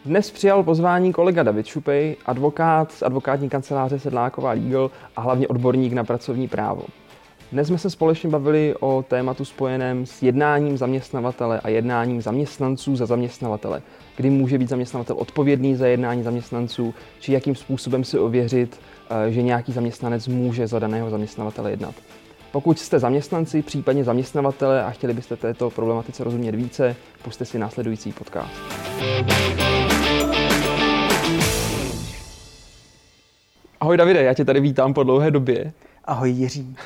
Dnes přijal pozvání kolega David Šupej, advokát z advokátní kanceláře Sedláková Legal a hlavně odborník na pracovní právo. Dnes jsme se společně bavili o tématu spojeném s jednáním zaměstnavatele a jednáním zaměstnanců za zaměstnavatele. Kdy může být zaměstnavatel odpovědný za jednání zaměstnanců, či jakým způsobem si ověřit, že nějaký zaměstnanec může za daného zaměstnavatele jednat. Pokud jste zaměstnanci, případně zaměstnavatele a chtěli byste této problematice rozumět více, pusťte si následující podcast. Ahoj Davide, já tě tady vítám po dlouhé době. Ahoj Jiří.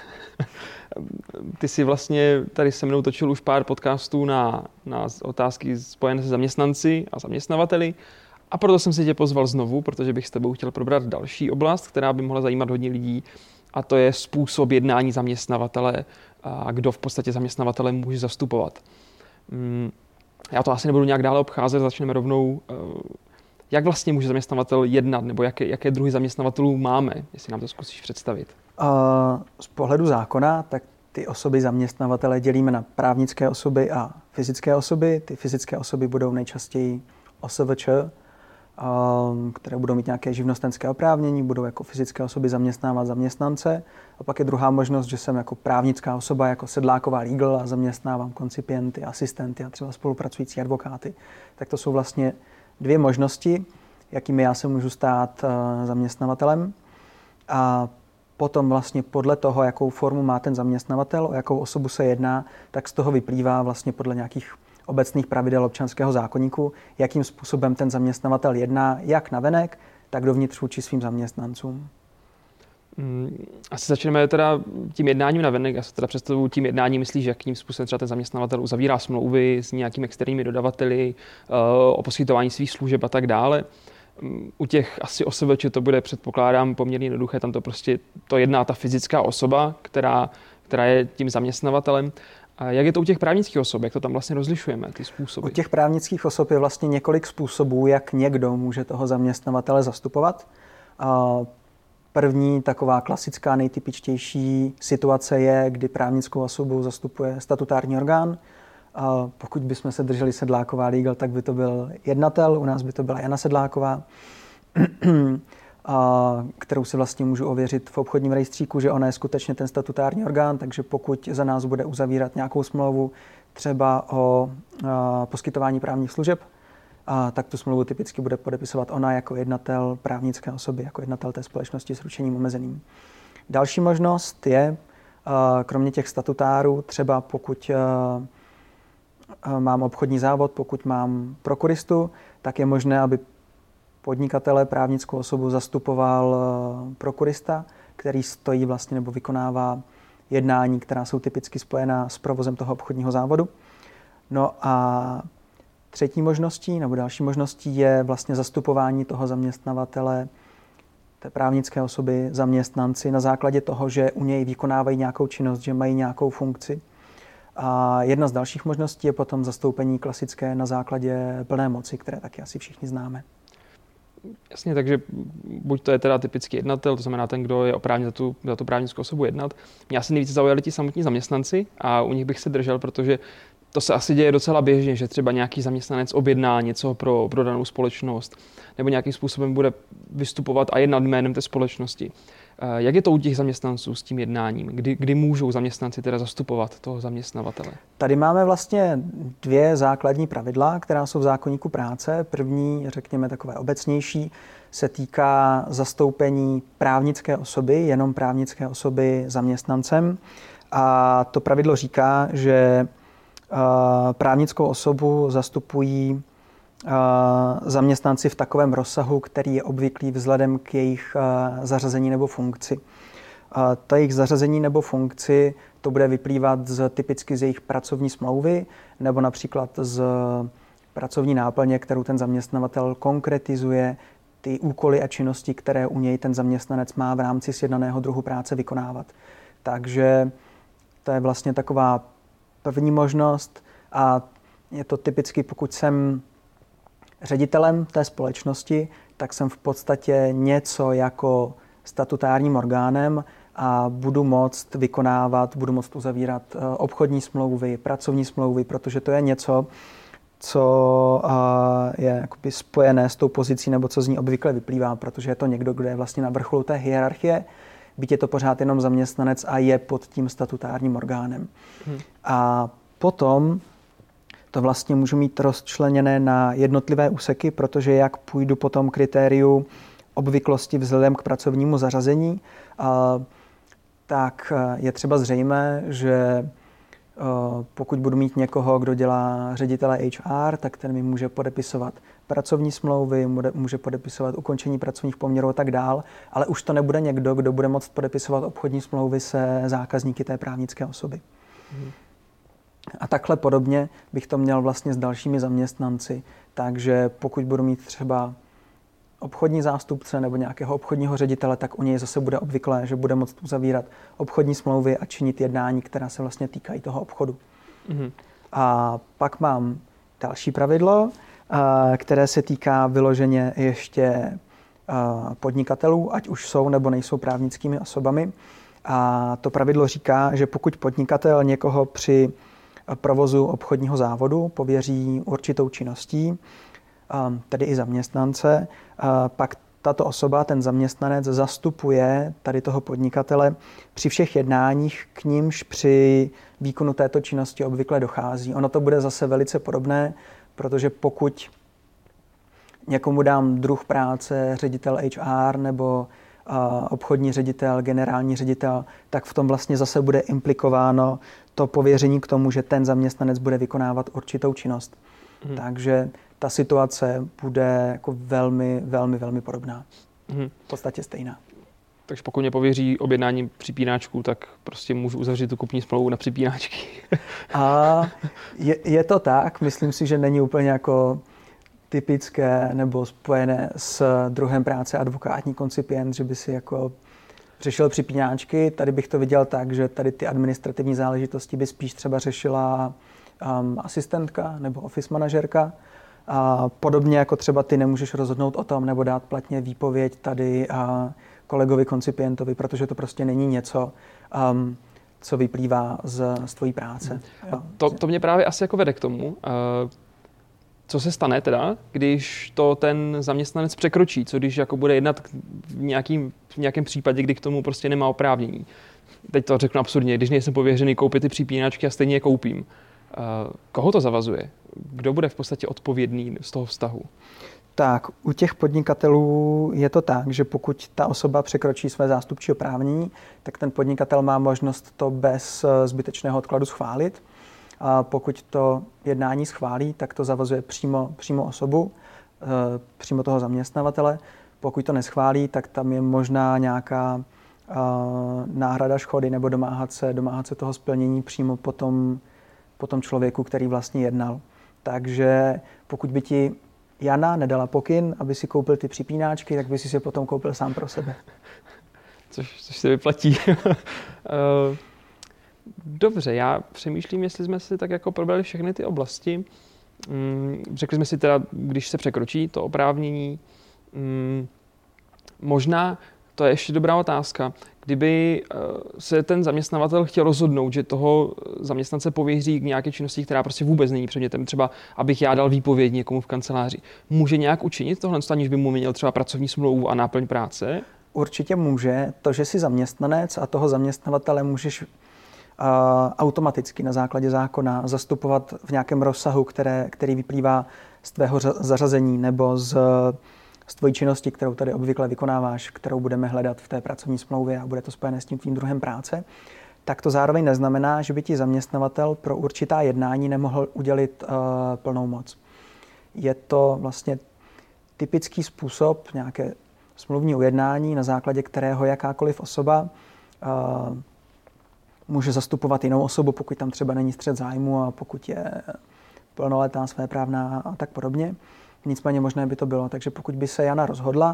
Ty jsi vlastně tady se mnou točil už pár podcastů na otázky spojené se zaměstnanci a zaměstnavateli a proto jsem si tě pozval znovu, protože bych s tebou chtěl probrat další oblast, která by mohla zajímat hodně lidí, a to je způsob jednání zaměstnavatele a kdo v podstatě zaměstnavatele může zastupovat. Já to asi nebudu nějak dále obcházet, začneme rovnou. Jak vlastně může zaměstnavatel jednat, nebo jaké druhy zaměstnavatelů máme, jestli nám to zkusíš představit? Z pohledu zákona, tak ty osoby zaměstnavatele dělíme na právnické osoby a fyzické osoby. Ty fyzické osoby budou nejčastěji OSVČ, které budou mít nějaké živnostenské oprávnění, budou jako fyzické osoby zaměstnávat zaměstnance. A pak je druhá možnost, že jsem jako právnická osoba, jako Sedláková Legal a zaměstnávám koncipienty, asistenty a třeba spolupracující advokáty. Tak to jsou vlastně dvě možnosti, jakými já se můžu stát zaměstnavatelem. A potom vlastně podle toho, jakou formu má ten zaměstnavatel, o jakou osobu se jedná, tak z toho vyplývá vlastně podle nějakých obecných pravidel občanského zákoníku, jakým způsobem ten zaměstnavatel jedná, jak navenek, tak dovnitř vůči svým zaměstnancům. Asi začneme teda tím jednáním navenek. Já se teda představuji tím jednáním, myslíš, jakým způsobem třeba ten zaměstnavatel uzavírá smlouvy s nějakými externími dodavateli, o poskytování svých služeb a tak dále. U těch asi OSVČ to bude, předpokládám, poměrně jednoduché, tam to jedná ta fyzická osoba, která je tím zaměstnavatelem. A jak je to u těch právnických osob? Jak to tam vlastně rozlišujeme, ty způsoby? U těch právnických osob je vlastně několik způsobů, jak někdo může toho zaměstnavatele zastupovat. První taková klasická, nejtypičtější situace je, kdy právnickou osobu zastupuje statutární orgán. Pokud bychom se drželi Sedláková Legal, tak by to byl jednatel, u nás by to byla Jana Sedláková, kterou si vlastně můžu ověřit v obchodním rejstříku, že ona je skutečně ten statutární orgán, takže pokud za nás bude uzavírat nějakou smlouvu třeba o poskytování právních služeb, tak tu smlouvu typicky bude podepisovat ona jako jednatel právnické osoby, jako jednatel té společnosti s ručením omezeným. Další možnost je, kromě těch statutárů, třeba pokud mám obchodní závod, pokud mám prokuristu, tak je možné, aby podnikatele právnickou osobu zastupoval prokurista, který stojí vlastně nebo vykonává jednání, která jsou typicky spojená s provozem toho obchodního závodu. No a třetí možností nebo další možností je vlastně zastupování toho zaměstnavatele, té právnické osoby, zaměstnanci na základě toho, že u něj vykonávají nějakou činnost, že mají nějakou funkci. A jedna z dalších možností je potom zastoupení klasické na základě plné moci, které taky asi všichni známe. Jasně, takže buď to je teda typický jednatel, to znamená ten, kdo je oprávněn za tu právnickou osobu jednat. Mě asi nejvíce zaujali ti samotní zaměstnanci a u nich bych se držel, protože to se asi děje docela běžně, že třeba nějaký zaměstnanec objedná něco pro danou společnost nebo nějakým způsobem bude vystupovat a jednat jménem té společnosti. Jak je to u těch zaměstnanců s tím jednáním? Kdy můžou zaměstnanci teda zastupovat toho zaměstnavatele? Tady máme vlastně dvě základní pravidla, která jsou v zákoníku práce. První, řekněme takové obecnější, se týká zastoupení právnické osoby, jenom právnické osoby zaměstnancem. A to pravidlo říká, že právnickou osobu zastupují zaměstnanci v takovém rozsahu, který je obvyklý vzhledem k jejich zařazení nebo funkci. To jejich zařazení nebo funkci to bude vyplývat typicky z jejich pracovní smlouvy nebo například z pracovní náplně, kterou ten zaměstnavatel konkretizuje, ty úkoly a činnosti, které u něj ten zaměstnanec má v rámci sjednaného druhu práce vykonávat. Takže to je vlastně taková první možnost a je to typicky, pokud jsem ředitelem té společnosti, tak jsem v podstatě něco jako statutárním orgánem a budu moct vykonávat, budu moct uzavírat obchodní smlouvy, pracovní smlouvy, protože to je něco, co je jakoby spojené s tou pozicí nebo co z ní obvykle vyplývá, protože je to někdo, kdo je vlastně na vrcholu té hierarchie, byť je to pořád jenom zaměstnanec a je pod tím statutárním orgánem. A potom to vlastně můžu mít rozčleněné na jednotlivé úseky, protože jak půjdu po tom kritériu obvyklosti vzhledem k pracovnímu zařazení, tak je třeba zřejmé, že pokud budu mít někoho, kdo dělá ředitele HR, tak ten mi může podepisovat pracovní smlouvy, může podepisovat ukončení pracovních poměrů a tak dál, ale už to nebude někdo, kdo bude moct podepisovat obchodní smlouvy se zákazníky té právnické osoby. A takhle podobně bych to měl vlastně s dalšími zaměstnanci. Takže pokud budu mít třeba obchodní zástupce nebo nějakého obchodního ředitele, tak u něj zase bude obvyklé, že bude moct uzavírat obchodní smlouvy a činit jednání, která se vlastně týkají toho obchodu. A pak mám další pravidlo, které se týká vyloženě ještě podnikatelů, ať už jsou nebo nejsou právnickými osobami. A to pravidlo říká, že pokud podnikatel někoho při provozu obchodního závodu pověří určitou činností, tedy i zaměstnance, pak tato osoba, ten zaměstnanec, zastupuje tady toho podnikatele při všech jednáních, k nímž při výkonu této činnosti obvykle dochází. Ono to bude zase velice podobné, protože pokud někomu dám druh práce, ředitel HR nebo obchodní ředitel, generální ředitel, tak v tom vlastně zase bude implikováno to pověření k tomu, že ten zaměstnanec bude vykonávat určitou činnost. Takže ta situace bude jako velmi, velmi, velmi podobná. V podstatě stejná. Takže pokud mě pověří objednání připínáčků, tak prostě můžu uzavřít tu kupní smlouvu na připínáčky. A je to tak. Myslím si, že není úplně jako typické nebo spojené s druhem práce advokátní koncipient, že by si jako řešil připínáčky. Tady bych to viděl tak, že tady ty administrativní záležitosti by spíš třeba řešila asistentka nebo office manažerka. A podobně jako třeba ty nemůžeš rozhodnout o tom nebo dát platně výpověď tady kolegovi koncipientovi, protože to prostě není něco, co vyplývá z tvojí práce. To mě právě asi jako vede k tomu, co se stane teda, když to ten zaměstnanec překročí, co když jako bude jednat v nějakém případě, kdy k tomu prostě nemá oprávnění. Teď to řeknu absurdně, když nejsem pověřený koupit ty připínačky a stejně je koupím. Koho to zavazuje? Kdo bude v podstatě odpovědný z toho vztahu? Tak, u těch podnikatelů je to tak, že pokud ta osoba překročí své zástupčí oprávnění, tak ten podnikatel má možnost to bez zbytečného odkladu schválit. A pokud to jednání schválí, tak to zavazuje přímo osobu, přímo toho zaměstnavatele. Pokud to neschválí, tak tam je možná nějaká náhrada škody nebo domáhat se toho splnění přímo po tom člověku, který vlastně jednal. Takže pokud by ti Jana nedala pokyn, aby si koupil ty připínáčky, tak by si je potom koupil sám pro sebe. Což se vyplatí. Dobře, já přemýšlím, jestli jsme si tak jako probrali všechny ty oblasti. Řekli jsme si teda, když se překročí to oprávnění, možná, to je ještě dobrá otázka, kdyby se ten zaměstnavatel chtěl rozhodnout, že toho zaměstnance pověří k nějaké činnosti, která prostě vůbec není předmětem, třeba abych já dal výpověď někomu v kanceláři, může nějak učinit tohle, aniž by mu měl třeba pracovní smlouvu a náplň práce? Určitě může. To, že jsi zaměstnanec a toho zaměstnavatele můžeš automaticky na základě zákona zastupovat v nějakém rozsahu, který vyplývá z tvého zařazení nebo z tvojí činnosti, kterou tady obvykle vykonáváš, kterou budeme hledat v té pracovní smlouvě a bude to spojené s tím tvým druhem práce, tak to zároveň neznamená, že by ti zaměstnavatel pro určitá jednání nemohl udělit plnou moc. Je to vlastně typický způsob nějaké smluvní ujednání, na základě kterého jakákoliv osoba může zastupovat jinou osobu, pokud tam třeba není střet zájmu a pokud je plnoletá, svéprávná a tak podobně. Nicméně možné by to bylo. Takže pokud by se Jana rozhodla,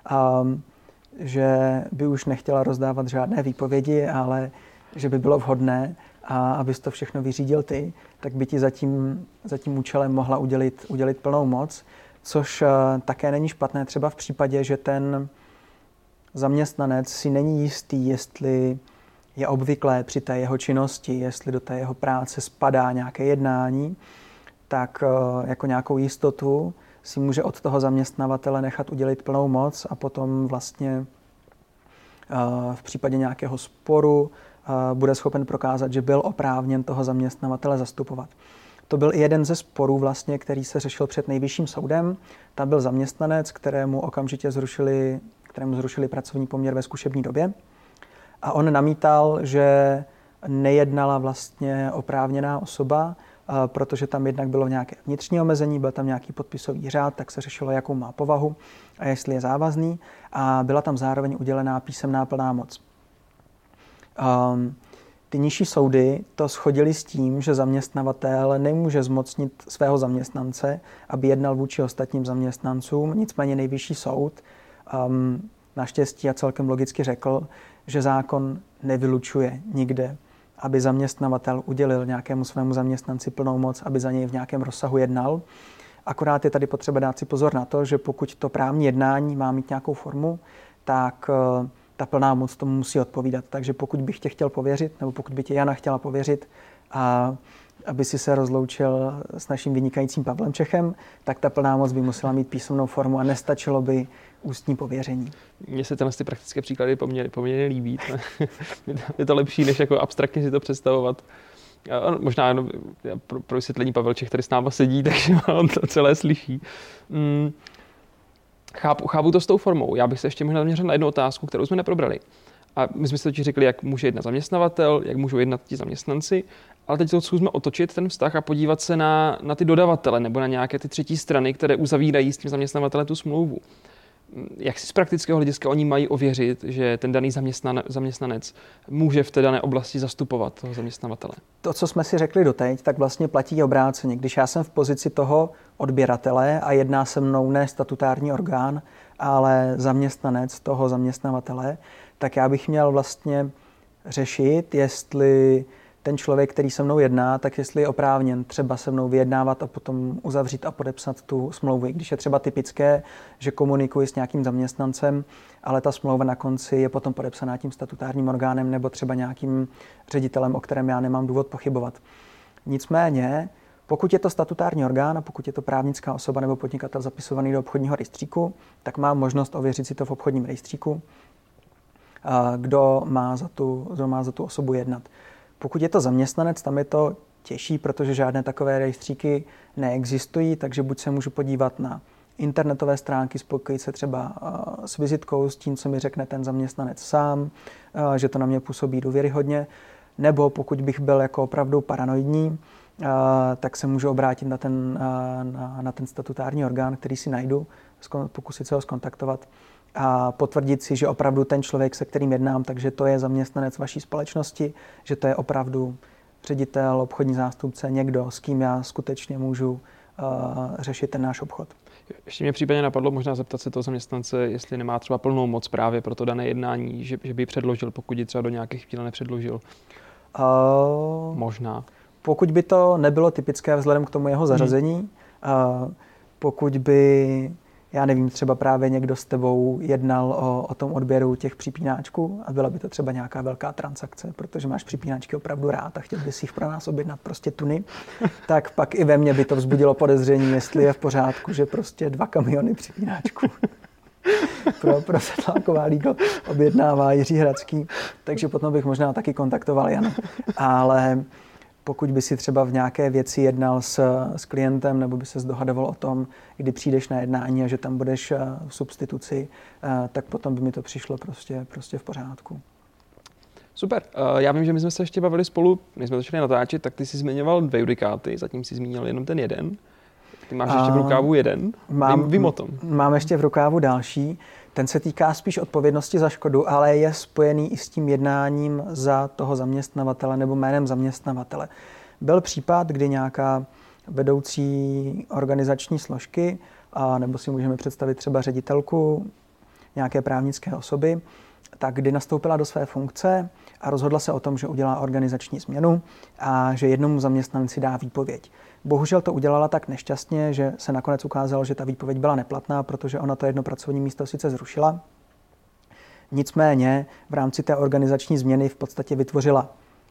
že by už nechtěla rozdávat žádné výpovědi, ale že by bylo vhodné, abys to všechno vyřídil ty, tak by ti za tím účelem mohla udělit plnou moc, což také není špatné třeba v případě, že ten zaměstnanec si není jistý, jestli je obvyklé při té jeho činnosti, jestli do té jeho práce spadá nějaké jednání, tak jako nějakou jistotu si může od toho zaměstnavatele nechat udělit plnou moc a potom vlastně v případě nějakého sporu bude schopen prokázat, že byl oprávněn toho zaměstnavatele zastupovat. To byl i jeden ze sporů, vlastně, který se řešil před Nejvyšším soudem. Tam byl zaměstnanec, kterému okamžitě zrušili pracovní poměr ve zkušební době. A on namítal, že nejednala vlastně oprávněná osoba, protože tam jednak bylo nějaké vnitřní omezení, byl tam nějaký podpisový řád, tak se řešilo, jakou má povahu a jestli je závazný. A byla tam zároveň udělená písemná plná moc. Ty nižší soudy to shodily s tím, že zaměstnavatel nemůže zmocnit svého zaměstnance, aby jednal vůči ostatním zaměstnancům. Nicméně Nejvyšší soud naštěstí a celkem logicky řekl, že zákon nevylučuje nikde, aby zaměstnavatel udělil nějakému svému zaměstnanci plnou moc, aby za něj v nějakém rozsahu jednal. Akorát je tady potřeba dát si pozor na to, že pokud to právní jednání má mít nějakou formu, tak ta plná moc tomu musí odpovídat. Takže pokud bych tě chtěl pověřit, nebo pokud by tě Jana chtěla pověřit, a aby si se rozloučil s naším vynikajícím Pavlem Čechem, tak ta plná moc by musela mít písemnou formu a nestačilo by ústní pověření. Mně se ty praktické příklady poměrně líbí. Je to lepší, než jako abstraktně si to představovat. Možná jenom pro vysvětlení, Pavel Čech tady s náma sedí, takže on to celé slyší. Chápu to s tou formou. Já bych se ještě možná zaměřil na jednu otázku, kterou jsme neprobrali. A my jsme si totiž řekli, jak může jednat zaměstnavatel, jak můžou jednat ti zaměstnanci, ale teď to zkusme otočit ten vztah a podívat se na ty dodavatele nebo na nějaké ty třetí strany, které uzavírají s tím zaměstnavatelem tu smlouvu. Jak si z praktického hlediska oni mají ověřit, že ten daný zaměstnanec může v té dané oblasti zastupovat toho zaměstnavatele? To, co jsme si řekli doteď, tak vlastně platí obráceně. Když já jsem v pozici toho odběratele a jedná se mnou ne statutární orgán, ale zaměstnanec toho zaměstnavatele, tak já bych měl vlastně řešit, jestli ten člověk, který se mnou jedná, tak jestli je oprávněn třeba se mnou vyjednávat a potom uzavřít a podepsat tu smlouvu. Když je třeba typické, že komunikuji s nějakým zaměstnancem, ale ta smlouva na konci je potom podepsaná tím statutárním orgánem nebo třeba nějakým ředitelem, o kterém já nemám důvod pochybovat. Nicméně, pokud je to statutární orgán a pokud je to právnická osoba nebo podnikatel zapisovaný do obchodního rejstříku, tak mám možnost ověřit si to v obchodním rejstříku, kdo má za tu osobu jednat. Pokud je to zaměstnanec, tam je to těžší, protože žádné takové rejstříky neexistují, takže buď se můžu podívat na internetové stránky, spokojit se třeba s vizitkou, s tím, co mi řekne ten zaměstnanec sám, že to na mě působí důvěryhodně, nebo pokud bych byl jako opravdu paranoidní, tak se můžu obrátit na ten statutární orgán, který si najdu, pokusit se ho zkontaktovat a potvrdit si, že opravdu ten člověk, se kterým jednám, takže to je zaměstnanec vaší společnosti, že to je opravdu ředitel, obchodní zástupce, někdo, s kým já skutečně můžu řešit ten náš obchod. Ještě mě případně napadlo možná zeptat se toho zaměstnance, jestli nemá třeba plnou moc právě pro to dané jednání, že by ji předložil, pokud ji třeba do nějakých chvíle nepředložil. Možná. Pokud by to nebylo typické vzhledem k tomu jeho zařazení, pokud by, já nevím, třeba právě někdo s tebou jednal o tom odběru těch připínáčků a byla by to třeba nějaká velká transakce, protože máš připínáčky opravdu rád a chtěl bys si jich pro nás objednat prostě tuny, tak pak i ve mně by to vzbudilo podezření, jestli je v pořádku, že prostě 2 kamiony připínáčků pro Sedláková Lidl objednává Jiří Hradský, takže potom bych možná taky kontaktoval Jana. Ale pokud by si třeba v nějaké věci jednal s klientem nebo by se dohadoval o tom, kdy přijdeš na jednání a že tam budeš v substituci, tak potom by mi to přišlo prostě v pořádku. Super. Já vím, že my jsme se ještě bavili spolu, než jsme začali natáčet, tak ty jsi zmiňoval 2 judikáty, zatím jsi zmínil jenom ten jeden. Ty máš ještě v rukávu jeden. Vím o tom. Mám ještě v rukávu další. Ten se týká spíš odpovědnosti za škodu, ale je spojený i s tím jednáním za toho zaměstnavatele nebo jménem zaměstnavatele. Byl případ, kdy nějaká vedoucí organizační složky, nebo si můžeme představit třeba ředitelku nějaké právnické osoby, tak kdy nastoupila do své funkce a rozhodla se o tom, že udělá organizační změnu a že jednomu zaměstnanci dá výpověď. Bohužel to udělala tak nešťastně, že se nakonec ukázalo, že ta výpověď byla neplatná, protože ona to jedno pracovní místo sice zrušila. Nicméně v rámci té organizační změny v podstatě vytvořila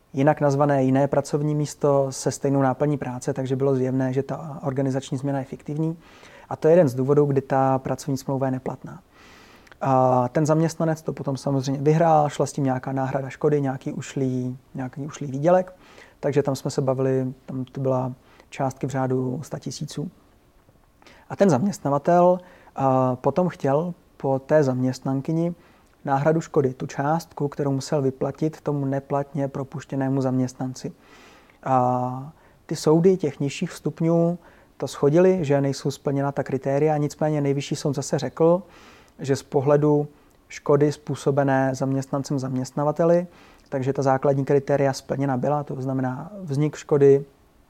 jinak nazvané jiné pracovní místo se stejnou náplní práce, takže bylo zjevné, že ta organizační změna je fiktivní. A to je jeden z důvodů, kdy ta pracovní smlouva je neplatná. A ten zaměstnanec to potom samozřejmě vyhrál, šla s tím nějaká náhrada škody, nějaký ušlý výdělek, takže tam jsme se bavili, tam to byla částky v řádu 100 000. A ten zaměstnavatel potom chtěl po té zaměstnankyni náhradu škody, tu částku, kterou musel vyplatit tomu neplatně propuštěnému zaměstnanci. A ty soudy těch nižších stupňů to shodily, že nejsou splněna ta kritéria, nicméně nejvyšší soud zase řekl, že z pohledu škody způsobené zaměstnancem zaměstnavateli, takže ta základní kritéria splněna byla, to znamená vznik škody,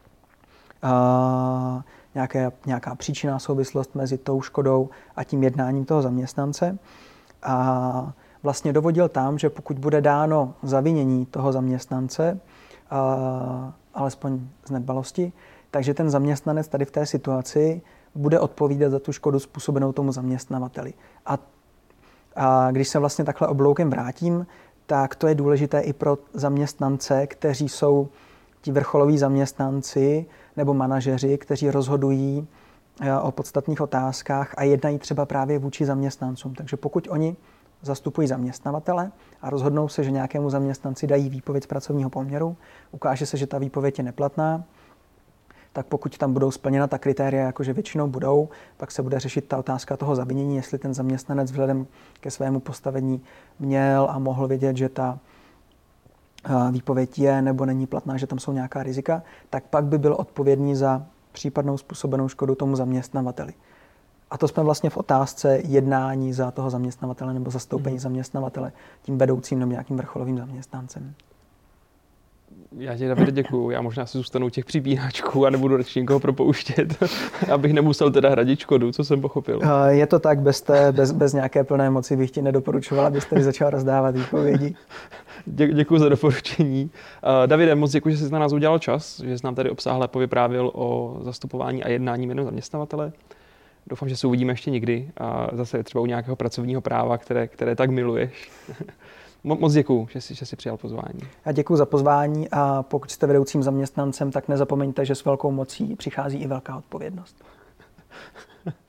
nějaká příčinná souvislost mezi tou škodou a tím jednáním toho zaměstnance. A vlastně dovodil tam, že pokud bude dáno zavinění toho zaměstnance, alespoň z nedbalosti, takže ten zaměstnanec tady v té situaci bude odpovídat za tu škodu způsobenou tomu zaměstnavateli. A když se vlastně takhle obloukem vrátím, tak to je důležité i pro zaměstnance, kteří jsou ti vrcholoví zaměstnanci nebo manažeři, kteří rozhodují o podstatných otázkách a jednají třeba právě vůči zaměstnancům. Takže pokud oni zastupují zaměstnavatele a rozhodnou se, že nějakému zaměstnanci dají výpověď z pracovního poměru, ukáže se, že ta výpověď je neplatná, tak pokud tam budou splněna ta kritéria, jakože většinou budou, pak se bude řešit ta otázka toho zavinění, jestli ten zaměstnanec vzhledem ke svému postavení měl a mohl vědět, že ta výpověď je nebo není platná, že tam jsou nějaká rizika, tak pak by byl odpovědný za případnou způsobenou škodu tomu zaměstnavateli. A to jsme vlastně v otázce jednání za toho zaměstnavatele nebo zastoupení zaměstnavatele tím vedoucím nebo nějakým vrcholovým zaměstnancem. Já ti, Davide, děkuju. Já možná si zůstanu těch připínačků a nebudu radši nikoho propouštět, abych nemusel teda hradit škodu, co jsem pochopil. Je to tak, bez nějaké plné moci bych ti nedoporučoval, abyste začal rozdávat výpovědi. Děkuji za doporučení. Davide, moc děkuji, že jsi na nás udělal čas, že jsi nám tady obsáhle povyprávěl o zastupování a jednání jménem zaměstnavatele. Doufám, že se uvidíme ještě někdy a zase třeba u nějakého pracovního práva, které tak miluješ. Moc děkuju, že jsi přijal pozvání. Já děkuji za pozvání a pokud jste vedoucím zaměstnancem, tak nezapomeňte, že s velkou mocí přichází i velká odpovědnost.